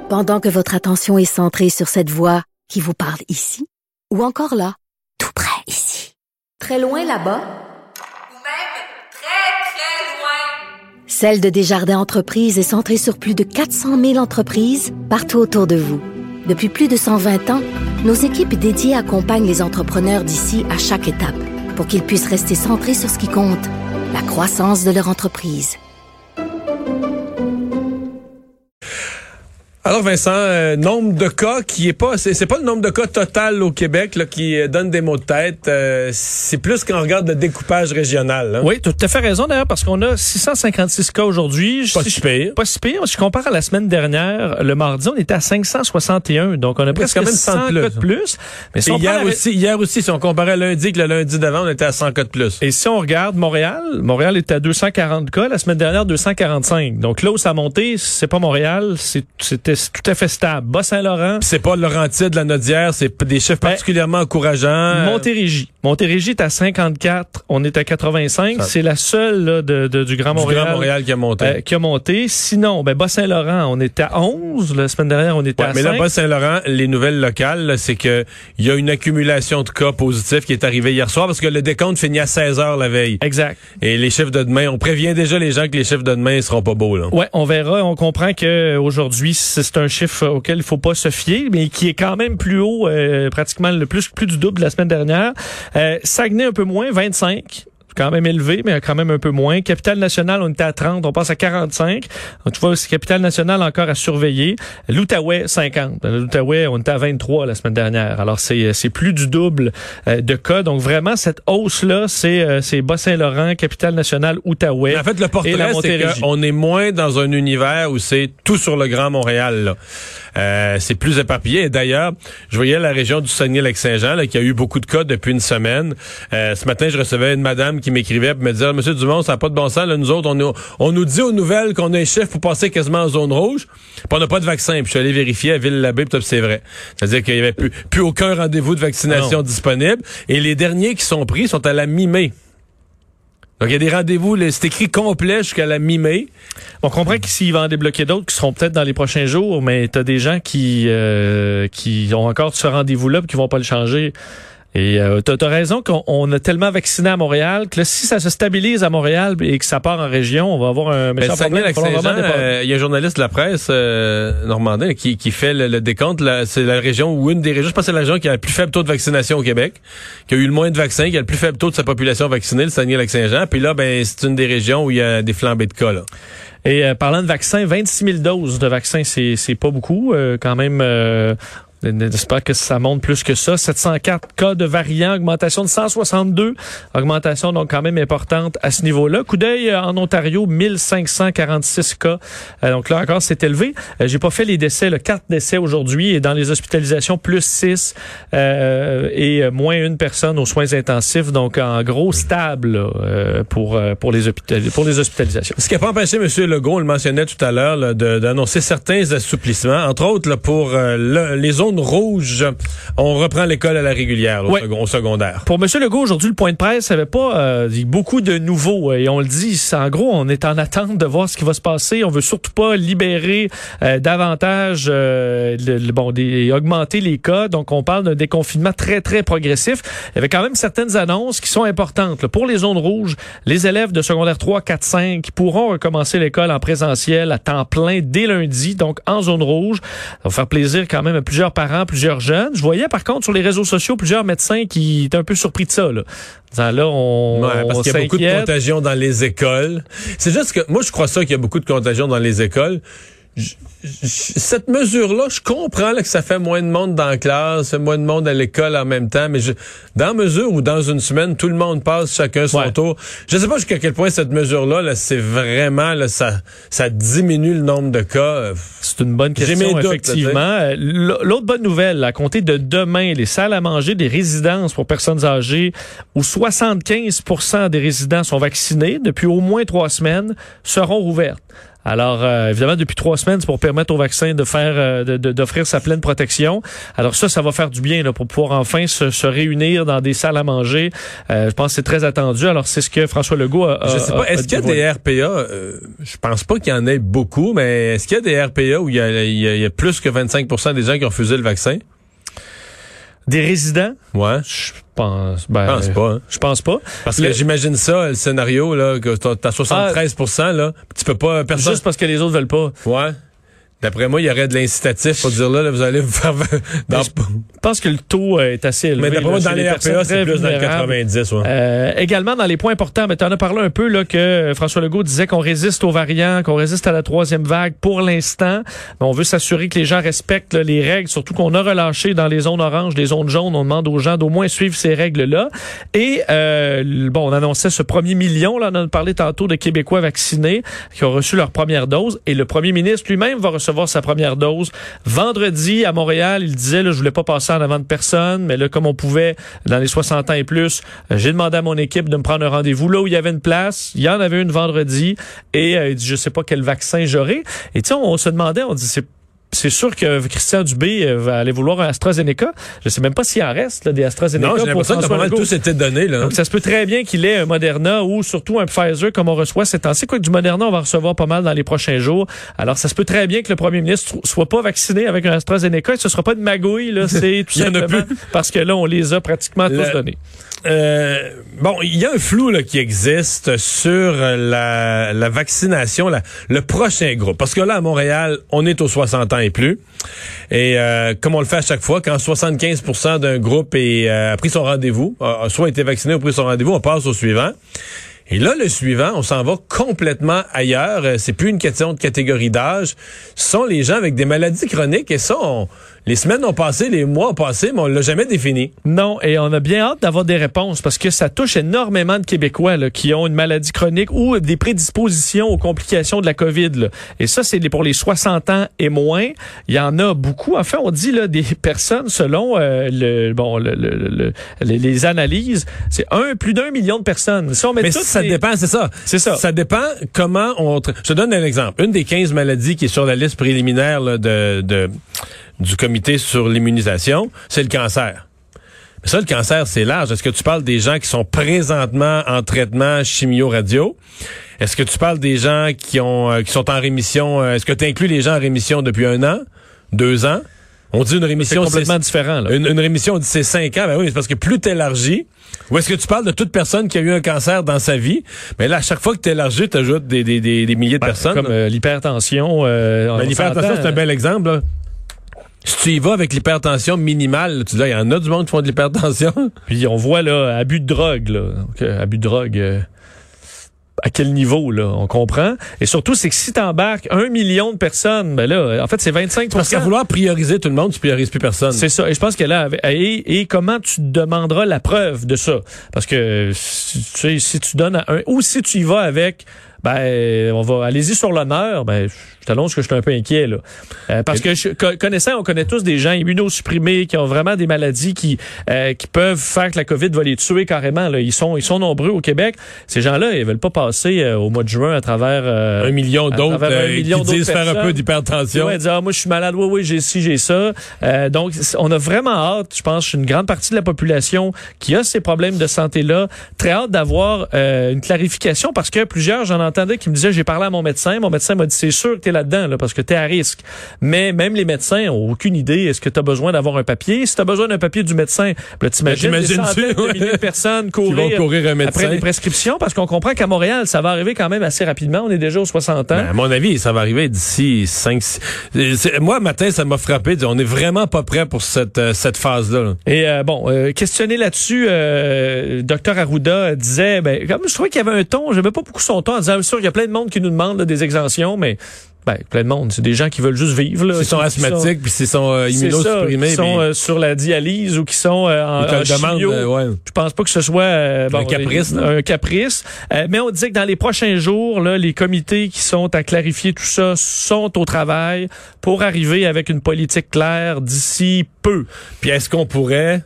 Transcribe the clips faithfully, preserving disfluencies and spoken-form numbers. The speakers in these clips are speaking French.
Pendant que votre attention est centrée sur cette voix qui vous parle ici, ou encore là, tout près ici, très loin là-bas, ou même très, très loin. Celle de Desjardins Entreprises est centrée sur plus de quatre cent mille entreprises partout autour de vous. Depuis plus de cent vingt ans, nos équipes dédiées accompagnent les entrepreneurs d'ici à chaque étape pour qu'ils puissent rester centrés sur ce qui compte, la croissance de leur entreprise. Alors Vincent, euh, nombre de cas qui est pas, c'est, c'est pas le nombre de cas total au Québec là, qui euh, donne des maux de tête, euh, c'est plus quand on regarde le découpage régional. Hein? Oui, tu as tout à fait raison d'ailleurs parce qu'on a six cent cinquante-six cas aujourd'hui. Pas si pire. Pas si pire. Si je compare à la semaine dernière, le mardi, on était à cinq cent soixante et un, donc on a presque quand même cent cas de plus. Mais si et on hier prend... aussi, hier aussi, si on comparait lundi que le lundi d'avant, on était à cent cas de plus. Et si on regarde Montréal, Montréal était à deux cent quarante cas, la semaine dernière deux cent quarante-cinq. Donc là où ça a monté, c'est pas Montréal, c'est, c'était tout à fait stable. Bas-Saint-Laurent. Pis c'est pas Laurentides, la Naudière, c'est des chiffres ben, particulièrement encourageants. Montérégie. Montérégie est à cinquante-quatre, on est à quatre-vingt-cinq. Ça. C'est la seule là, de, de, du Grand du Montréal, Grand Montréal qui a monté. Euh, qui a monté. Sinon, ben Bas-Saint-Laurent, on était à onze. La semaine dernière, on était ouais, à mais cinq. Mais là, Bas-Saint-Laurent, les nouvelles locales, là, c'est que il y a une accumulation de cas positifs qui est arrivée hier soir parce que le décompte finit à seize heures la veille. Exact. Et les chiffres de demain, on prévient déjà les gens que les chiffres de demain seront pas beaux. Là. Ouais, on verra. On comprend que aujourd'hui, c'est un chiffre auquel il faut pas se fier, mais qui est quand même plus haut, euh, pratiquement le plus plus du double de la semaine dernière. Euh, Saguenay un peu moins, vingt-cinq. Quand même élevé, mais quand même un peu moins. Capitale-Nationale, on était à trente, on passe à quarante-cinq. Donc, tu vois, c'est Capitale-Nationale encore à surveiller. L'Outaouais, cinquante. L'Outaouais, on était à vingt-trois la semaine dernière. Alors, c'est c'est plus du double euh, de cas. Donc, vraiment, cette hausse-là, c'est euh, c'est Bas-Saint-Laurent, Capitale-Nationale, Outaouais. Mais en fait, le portrait, c'est qu'on est moins dans un univers où c'est tout sur le Grand Montréal, là. Euh, c'est plus éparpillé. Et d'ailleurs, je voyais la région du Saguenay-Lac-Saint-Jean, là, qui a eu beaucoup de cas depuis une semaine. Euh, ce matin, je recevais une madame qui m'écrivait pour me dire, Monsieur Dumont, ça n'a pas de bon sens. Là, nous autres, on, on nous dit aux nouvelles qu'on a un chiffre pour passer quasiment en zone rouge, puis on n'a pas de vaccin. Puis je suis allé vérifier à Ville-l'Abbé, puis c'est vrai. C'est-à-dire qu'il n'y avait plus, plus aucun rendez-vous de vaccination disponible. Et les derniers qui sont pris sont à la mi-mai. Donc, il y a des rendez-vous, là, c'est écrit complet jusqu'à la mi-mai. On comprend qu'ici, il va en débloquer d'autres qui seront peut-être dans les prochains jours, mais t'as des gens qui euh, qui ont encore ce rendez-vous-là et qui vont pas le changer. Et euh, t'as, t'as raison qu'on on a tellement vacciné à Montréal que là, si ça se stabilise à Montréal et que ça part en région, on va avoir un méchant problème. Il euh, y a un journaliste de la presse euh, normandin qui, qui fait le, le décompte. Là, c'est la région ou une des régions, je pense que c'est la région qui a le plus faible taux de vaccination au Québec, qui a eu le moins de vaccins, qui a le plus faible taux de sa population vaccinée, le Saguenay-Lac-Saint-Jean. Puis là, ben c'est une des régions où il y a des flambées de cas. Là. Et euh, parlant de vaccins, vingt-six mille doses de vaccins, c'est c'est pas beaucoup, euh, quand même. Euh, J'espère que ça monte plus que ça. sept cent quatre cas de variants, augmentation de cent soixante-deux. Augmentation donc quand même importante à ce niveau-là. Coup d'œil en Ontario, mille cinq cent quarante-six cas. Euh, donc là encore, c'est élevé. Euh, j'ai pas fait les décès, le quatre décès aujourd'hui. Et dans les hospitalisations, plus six euh, et moins une personne aux soins intensifs. Donc en gros, stable là, euh, pour, pour, les hôpital- pour les hospitalisations. Ce qui n'a pas empêché M. Legault, on le mentionnait tout à l'heure, là, de, d'annoncer certains assouplissements. Entre autres, là, pour euh, le, les zones rouges, on reprend l'école à la régulière, là, ouais. au secondaire. Pour M. Legault, aujourd'hui, le point de presse n'avait pas euh, beaucoup de nouveaux. Et on le dit, en gros, on est en attente de voir ce qui va se passer. On veut surtout pas libérer euh, davantage, euh, le, le, bon, des, augmenter les cas. Donc, on parle d'un déconfinement très, très progressif. Il y avait quand même certaines annonces qui sont importantes. Là. Pour les zones rouges, les élèves de secondaire trois, quatre, cinq pourront recommencer l'école en présentiel à temps plein dès lundi, donc en zone rouge. Ça va faire plaisir quand même à plusieurs parents, plusieurs jeunes. Je voyais par contre sur les réseaux sociaux plusieurs médecins qui étaient un peu surpris de ça. Là, disant, là on, ouais, parce on qu'il y a beaucoup de contagion dans les écoles. C'est juste que moi je crois ça qu'il y a beaucoup de contagion dans les écoles. Je, je, cette mesure-là, je comprends là, que ça fait moins de monde dans la classe, moins de monde à l'école en même temps, mais je, dans mesure où dans une semaine, tout le monde passe chacun son ouais. tour, je sais pas jusqu'à quel point cette mesure-là, là, c'est vraiment, là, ça, ça diminue le nombre de cas. C'est une bonne question, effectivement. Doutes, L'autre bonne nouvelle, à compter de demain, les salles à manger des résidences pour personnes âgées où soixante-quinze pour cent des résidents sont vaccinés depuis au moins trois semaines seront rouvertes. Alors, euh, évidemment, depuis trois semaines, c'est pour permettre au vaccin de faire, euh, de, de, d'offrir sa pleine protection. Alors ça, ça va faire du bien là, pour pouvoir enfin se, se réunir dans des salles à manger. Euh, je pense que c'est très attendu. Alors, c'est ce que François Legault a, a Je sais pas, a, est-ce a qu'il y a des R P A, euh, je pense pas qu'il y en ait beaucoup, mais est-ce qu'il y a des R P A où il y a, il y a, il y a plus que vingt-cinq pour cent des gens qui ont refusé le vaccin? Des résidents? Ouais. Je pense, ben, Je pense pas. Hein. Je pense pas. Parce Le- que j'imagine ça, le scénario, là, que t'as, t'as soixante-treize pour cent, là, tu peux pas, personne. Juste parce que les autres veulent pas. Ouais. D'après moi, il y aurait de l'incitatif pour dire là, là vous allez vous faire... dans... Je pense que le taux euh, est assez élevé. Mais d'après là, moi, dans chez les R P personnes A, c'est très plus dans le vulnérables. quatre-vingt-dix. Ouais. Euh, également, dans les points importants, mais tu en as parlé un peu là que François Legault disait qu'on résiste aux variants, qu'on résiste à la troisième vague pour l'instant. Mais on veut s'assurer que les gens respectent là, les règles, surtout qu'on a relâché dans les zones oranges, les zones jaunes. On demande aux gens d'au moins suivre ces règles-là. Et euh, bon, on annonçait ce premier million, là, on en a parlé tantôt de Québécois vaccinés qui ont reçu leur première dose. Et le premier ministre lui-même va recevoir sa première dose vendredi à Montréal. Il disait, là, je voulais pas passer en avant de personne, mais là, comme on pouvait, dans les soixante ans et plus, euh, j'ai demandé à mon équipe de me prendre un rendez-vous là où il y avait une place. Il y en avait une vendredi et euh, il dit, je sais pas quel vaccin j'aurai. Et tu sais, on, on se demandait, on dit, c'est C'est sûr que Christian Dubé va aller vouloir un AstraZeneca. Je sais même pas s'il en reste là, des AstraZeneca. Non, j'ai pour l'impression que François normalement Legault. tout s'était donné. Là. Donc, ça se peut très bien qu'il ait un Moderna ou surtout un Pfizer comme on reçoit ces temps-ci. Quoi que du Moderna, on va recevoir pas mal dans les prochains jours. Alors, ça se peut très bien que le premier ministre soit pas vacciné avec un AstraZeneca. Et ce sera pas de magouille, là. C'est tout Il y en a simplement plus. parce que là, on les a pratiquement tous Le- donnés. Euh, bon, il y a un flou là, qui existe sur la, la vaccination, la, le prochain groupe. Parce que là, à Montréal, on est aux soixante ans et plus. Et euh, comme on le fait à chaque fois, quand soixante-quinze pour cent d'un groupe est, euh, a pris son rendez-vous, a, a soit été vacciné ou pris son rendez-vous, on passe au suivant. Et là, le suivant, on s'en va complètement ailleurs. Euh, C'est plus une question de catégorie d'âge. Ce sont les gens avec des maladies chroniques. Et ça, on, les semaines ont passé, les mois ont passé, mais on l'a jamais défini. Non, et on a bien hâte d'avoir des réponses parce que ça touche énormément de Québécois là, qui ont une maladie chronique ou des prédispositions aux complications de la COVID. Là. Et ça, c'est pour les soixante ans et moins. Il y en a beaucoup. Enfin, on dit là des personnes selon euh, le bon le, le, le, les, les analyses, c'est un plus d'un million de personnes. Si on met Mais toutes ça les- dépend, c'est ça. C'est ça. Ça dépend comment on... tra- Je te donne un exemple. Une des quinze maladies qui est sur la liste préliminaire là, de, de du comité sur l'immunisation, c'est le cancer. Mais ça, le cancer, c'est large. Est-ce que tu parles des gens qui sont présentement en traitement chimio-radio? Est-ce que tu parles des gens qui ont euh, qui sont en rémission? euh, Est-ce que tu inclus les gens en rémission depuis un an, deux ans? On dit une c'est rémission... complètement différent. Là. Une, une rémission, on dit c'est cinq ans. Ben oui, c'est parce que plus t'élargis, ou est-ce que tu parles de toute personne qui a eu un cancer dans sa vie? Mais là, à chaque fois que t'élargis, t'ajoutes des, des, des, des milliers de Ben, personnes. comme euh, l'hypertension. Euh, on Ben, l'hypertension, s'entend, c'est un bel exemple. Là. Si tu y vas avec l'hypertension minimale, là, tu dis, il y en a du monde qui font de l'hypertension. Puis on voit là abus de drogue. Là. Donc, euh, abus de drogue. euh, à quel niveau, là, on comprend. Et surtout, c'est que si t'embarques un million de personnes, ben là, en fait, c'est vingt-cinq pour cent. Parce qu'à vouloir prioriser tout le monde, tu priorises plus personne. C'est ça. Et je pense que là, et, et comment tu demanderas la preuve de ça? Parce que, si, tu sais, si tu donnes à un, ou si tu y vas avec, ben, on va, allez-y sur l'honneur, ben, je t'annonce que je suis un peu inquiet, là. Euh, parce que, je, connaissant, on connaît tous des gens immunosupprimés qui ont vraiment des maladies qui, euh, qui peuvent faire que la COVID va les tuer carrément, là. Ils sont, ils sont nombreux au Québec. Ces gens-là, ils veulent pas passer euh, au mois de juin à travers, euh, un million à d'autres travers un euh, million qui d'autres disent faire un personnes. peu d'hypertension. Ouais, dire, ah, moi, je suis malade, oui, oui, j'ai ci, j'ai ça. Euh, donc, on a vraiment hâte, je pense, une grande partie de la population qui a ces problèmes de santé-là, très hâte d'avoir euh, une clarification parce que plusieurs, j'en entendais qui me disaient, j'ai parlé à mon médecin, mon médecin m'a dit, c'est sûr que t'es là-dedans, là, parce que t'es à risque. Mais même les médecins ont aucune idée, est-ce que t'as besoin d'avoir un papier? Si t'as besoin d'un papier du médecin, ben, t'imagines des centaines de milliers de personnes courir, vont courir un médecin. après les prescriptions, parce qu'on comprend qu'à Montréal, ça va arriver quand même assez rapidement. On est déjà aux soixante ans. Ben, à mon avis, ça va arriver d'ici cinq six... C'est- Moi, matin, ça m'a frappé. On n'est vraiment pas prêt pour cette, euh, cette phase-là. Là. Et euh, bon, euh, questionné là-dessus, euh, Dr Arruda disait, ben, comme je trouvais qu'il y avait un ton, j'aimais pas beaucoup son ton en disant, sûr, il y a plein de monde qui nous demande là, des exemptions, mais ben, plein de monde, c'est des gens qui veulent juste vivre. Là, S'ils sont qui asthmatiques, puis s'ils sont euh, c'est immunosupprimés. ça, qui sont puis euh, sur la dialyse ou qui sont euh, en, ils te en le demandent, chimio. euh, ouais. Je pense pas que ce soit euh, bon, Un caprice, euh, non? un caprice. Euh, mais on disait que dans les prochains jours, là, les comités qui sont à clarifier tout ça sont au travail pour arriver avec une politique claire d'ici peu. Puis est-ce qu'on pourrait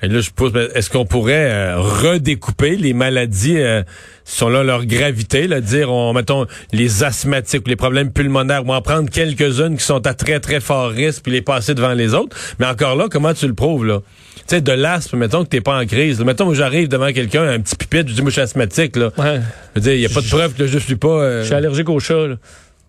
Et là, je pose, est-ce qu'on pourrait euh, redécouper les maladies euh, selon leur gravité, là, dire, on, mettons, les asthmatiques, les problèmes pulmonaires, ou en prendre quelques-unes qui sont à très, très fort risque, puis les passer devant les autres. Mais encore là, comment tu le prouves, là? Tu sais, de l'asthme, mettons que t'es pas en crise. Là. Mettons que j'arrive devant quelqu'un, un petit pipette, je dis, moi, je suis asthmatique, là. Ouais. Je veux dire, il n'y a pas de preuve que je suis pas... Euh... Je suis allergique au chat, là.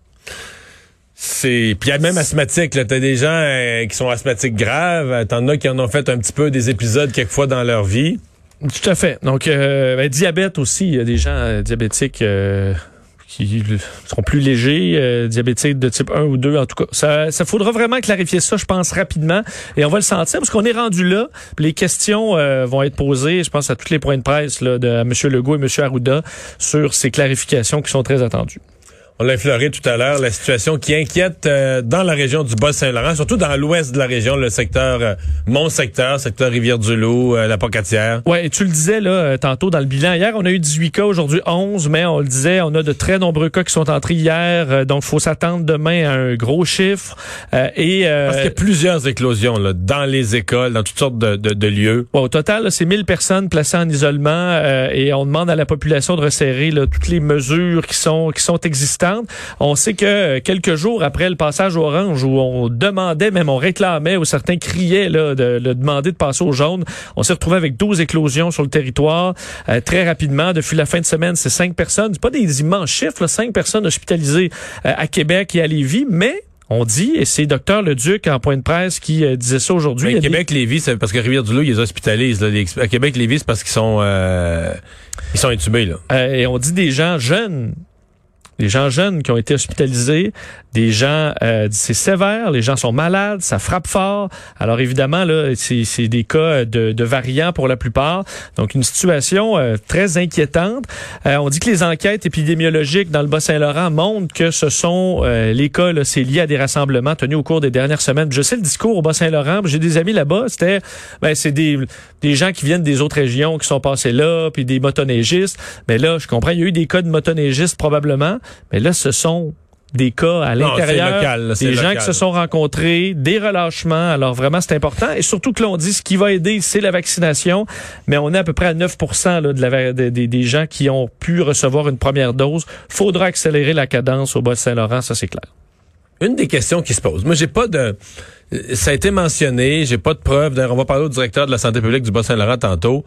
C'est puis il y a même asthmatique là, t'as des gens euh, qui sont asthmatiques graves, t'en as qui en ont fait un petit peu des épisodes quelquefois dans leur vie. Tout à fait. Donc euh, ben, diabète aussi, il y a des gens euh, diabétiques euh, qui seront plus légers, euh, diabétiques de type un ou deux en tout cas. Ça ça faudra vraiment clarifier ça, je pense rapidement et on va le sentir parce qu'on est rendu là. Les questions euh, vont être posées, je pense à tous les points de presse là de M. Legault et M. Arruda sur ces clarifications qui sont très attendues. On l'a effleuré tout à l'heure, la situation qui inquiète euh, dans la région du Bas-Saint-Laurent, surtout dans l'ouest de la région, le secteur, euh, mon secteur, secteur Rivière-du-Loup, euh, la Pocatière. Ouais, et tu le disais là euh, tantôt dans le bilan. Hier, on a eu dix-huit cas, aujourd'hui onze, mais on le disait, on a de très nombreux cas qui sont entrés hier, euh, donc faut s'attendre demain à un gros chiffre. Euh, et euh, Parce qu'il y a plusieurs éclosions là, dans les écoles, dans toutes sortes de, de, de lieux. Ouais, au total, là, c'est mille personnes placées en isolement euh, et on demande à la population de resserrer là, toutes les mesures qui sont qui sont existantes. On sait que quelques jours après le passage au orange, où on demandait, même on réclamait, où certains criaient là, de, de demander de passer au jaune, on s'est retrouvé avec douze éclosions sur le territoire euh, très rapidement. Depuis la fin de semaine, c'est cinq personnes. C'est pas des immenses chiffres, là, cinq personnes hospitalisées euh, à Québec et à Lévis, mais on dit, et c'est Dr Leduc en point de presse qui euh, disait ça aujourd'hui. À Québec, des... Lévis, c'est parce que Rivière-du-Loup, ils les hospitalisent. Là. Les... À Québec, Lévis, c'est parce qu'ils sont euh, ils sont intubés. Là. Euh, et on dit des gens jeunes. Des gens jeunes qui ont été hospitalisés, des gens, euh, c'est sévère, les gens sont malades, ça frappe fort. Alors évidemment, là, c'est, c'est des cas de, de variants pour la plupart. Donc une situation euh, très inquiétante. Euh, on dit que les enquêtes épidémiologiques dans le Bas-Saint-Laurent montrent que ce sont euh, les cas, là, c'est lié à des rassemblements tenus au cours des dernières semaines. Je sais le discours au Bas-Saint-Laurent, j'ai des amis là-bas, c'était, ben c'est des des gens qui viennent des autres régions qui sont passés là, puis des motoneigistes. Mais là, je comprends, il y a eu des cas de motoneigistes probablement. Mais là, ce sont des cas à l'intérieur, non, c'est local, là, c'est des local. gens qui se sont rencontrés, des relâchements. Alors vraiment, c'est important. Et surtout que l'on dit, ce qui va aider, c'est la vaccination. Mais on est à peu près à neuf pour cent là, de la, de, de, des gens qui ont pu recevoir une première dose. Faudra accélérer la cadence au Bas-Saint-Laurent, ça c'est clair. Une des questions qui se posent. Moi, j'ai pas de... Ça a été mentionné, j'ai pas de preuves. D'ailleurs, on va parler au directeur de la santé publique du Bas-Saint-Laurent tantôt.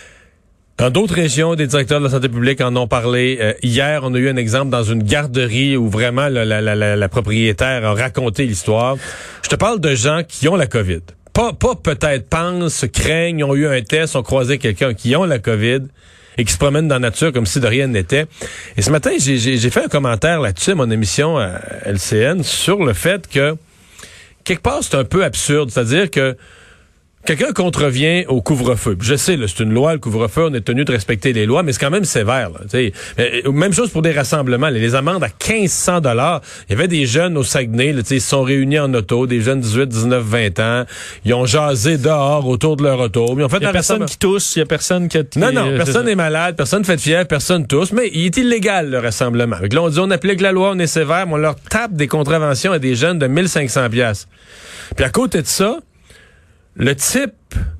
Dans d'autres régions, des directeurs de la santé publique en ont parlé. Euh, hier, on a eu un exemple dans une garderie où vraiment la, la, la, la propriétaire a raconté l'histoire. Je te parle de gens qui ont la COVID. Pas, pas peut-être pensent, craignent, ont eu un test, ont croisé quelqu'un qui ont la COVID et qui se promènent dans la nature comme si de rien n'était. Et ce matin, j'ai, j'ai, j'ai fait un commentaire là-dessus à mon émission à L C N sur le fait que quelque part, c'est un peu absurde. C'est-à-dire que quelqu'un contrevient au couvre-feu. Je sais, là, c'est une loi, le couvre-feu, on est tenu de respecter les lois, mais c'est quand même sévère. Là, t'sais. Même chose pour des rassemblements. Là, les amendes à quinze cents dollars. Il y avait des jeunes au Saguenay, là, ils se sont réunis en auto, des jeunes dix-huit, dix-neuf, vingt ans. Ils ont jasé dehors autour de leur auto. Ils ont fait il y a personne qui tousse, il y a personne qui... A t- non, non, euh, personne n'est malade, personne fait de fièvre, personne tousse, mais il est illégal, le rassemblement. Donc là, on dit, on applique la loi, on est sévère, mais on leur tape des contraventions à des jeunes de mille cinq cents dollars. Puis à côté de ça, le type...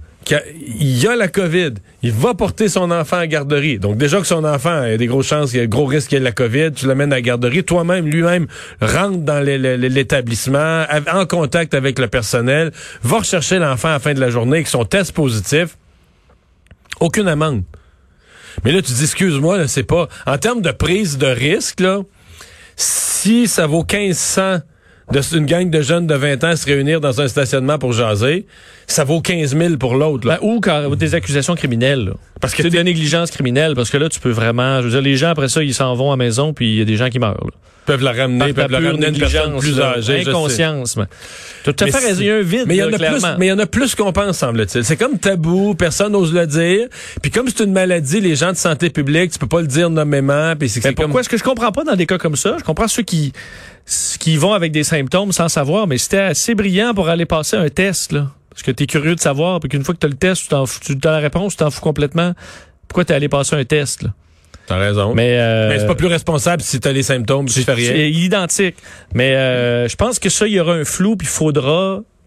il a la COVID, il va porter son enfant à la garderie. Donc déjà que son enfant il y a des grosses chances, il y a de gros risques qu'il ait la COVID, tu l'amènes à la garderie, toi-même, lui-même, rentre dans l'établissement, en contact avec le personnel, va rechercher l'enfant à la fin de la journée avec son test positif. Aucune amende. Mais là, tu dis, excuse-moi, là, c'est pas... En termes de prise de risque, là, si ça vaut quinze cents d'une gang de jeunes de vingt ans se réunir dans un stationnement pour jaser, ça vaut quinze mille pour l'autre. Là. Ben, ou quand des accusations criminelles. Là. Parce que c'est de négligence criminelle, parce que là, tu peux vraiment... Je veux dire, les gens, après ça, ils s'en vont à la maison, puis il y a des gens qui meurent. Là. Peuvent la ramener, peuvent la ramener à une personne plus âgée. Inconscience. Tu as tout à fait raison, il y a un vide, mais il y en là, a clairement. plus, mais il y en a plus qu'on pense, semble-t-il. C'est comme tabou, personne n'ose le dire. Puis comme c'est une maladie, les gens de santé publique, tu peux pas le dire nommément. Puis c'est, mais c'est pourquoi comme... est-ce que je comprends pas dans des cas comme ça? Je comprends ceux qui, qui vont avec des symptômes sans savoir, mais c'était assez brillant pour aller passer un test, là. Parce que t'es curieux de savoir, puis qu'une fois que tu as le test, tu t'en fous, tu as la réponse, tu t'en fous complètement. Pourquoi t'es allé passer un test, là? T'as raison. Mais, euh, mais c'est pas plus responsable si t'as les symptômes, si tu fais rien. C'est identique. Mais euh, je pense que ça, il y aura un flou, puis il faudra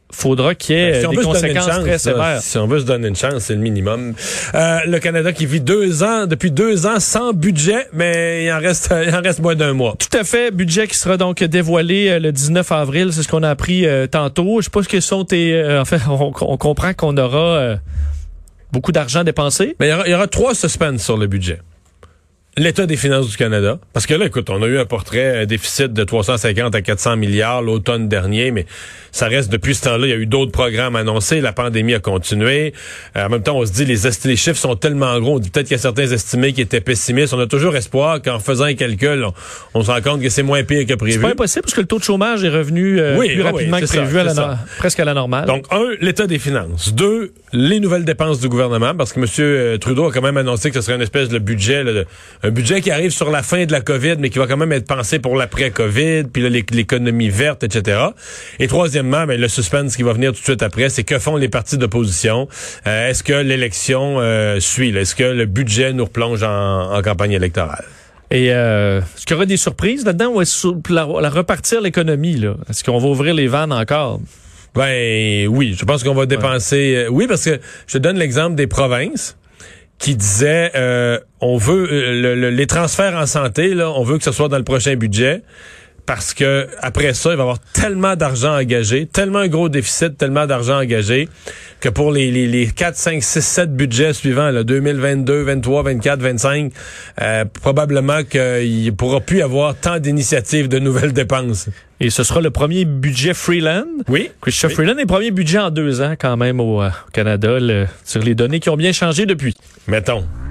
faudra qu'il y ait si des conséquences chance, très sévères. Là, si on veut se donner une chance, c'est le minimum. Euh, le Canada qui vit deux ans, depuis deux ans sans budget, mais il en reste, il en reste moins d'un mois. Tout à fait. Budget qui sera donc dévoilé euh, le dix-neuf avril. C'est ce qu'on a appris euh, tantôt. Je sais pas ce que sont tes... Euh, en fait, on, on comprend qu'on aura euh, beaucoup d'argent dépensé. Mais il y aura, il y aura trois suspens sur le budget. L'état des finances du Canada. Parce que là, écoute, on a eu un portrait, un déficit de trois cent cinquante à quatre cents milliards l'automne dernier, mais ça reste, depuis ce temps-là, il y a eu d'autres programmes annoncés, la pandémie a continué. Euh, en même temps, on se dit, les, est- les chiffres sont tellement gros, on dit peut-être qu'il y a certains estimés qui étaient pessimistes. On a toujours espoir qu'en faisant un calcul, on, on se rend compte que c'est moins pire que prévu. C'est pas impossible parce que le taux de chômage est revenu euh, Oui, plus oui, rapidement oui, que c'est prévu, ça, à la c'est no- ça. presque à la normale. Donc, un, l'état des finances. Deux, les nouvelles dépenses du gouvernement, parce que M. Trudeau a quand même annoncé que ce serait une espèce de budget, là, de, un budget qui arrive sur la fin de la COVID, mais qui va quand même être pensé pour l'après-COVID, puis là, l'économie verte, et cetera. Et troisièmement, ben, le suspense qui va venir tout de suite après, c'est que font les partis d'opposition? Euh, est-ce que l'élection euh, suit? Là? Est-ce que le budget nous replonge en, en campagne électorale? Et euh, est-ce qu'il y aura des surprises là-dedans ou est-ce que la, la repartir l'économie, là? Est-ce qu'on va ouvrir les vannes encore? Ben oui, je pense qu'on va dépenser... Euh, oui, parce que je te donne l'exemple des provinces qui disaient euh, on veut euh, le, le, les transferts en santé, là, on veut que ce soit dans le prochain budget. Parce que après ça, il va y avoir tellement d'argent engagé, tellement un gros déficit, tellement d'argent engagé, que pour les, les, les quatre, cinq, six, sept budgets suivants, là, deux mille vingt-deux, vingt-trois, vingt-quatre, vingt-cinq, euh, probablement qu'il ne pourra plus y avoir tant d'initiatives de nouvelles dépenses. Et ce sera le premier budget Freeland. Oui. Chrystia oui. Freeland est le premier budget en deux ans quand même au, euh, au Canada, le, sur les données qui ont bien changé depuis. Mettons.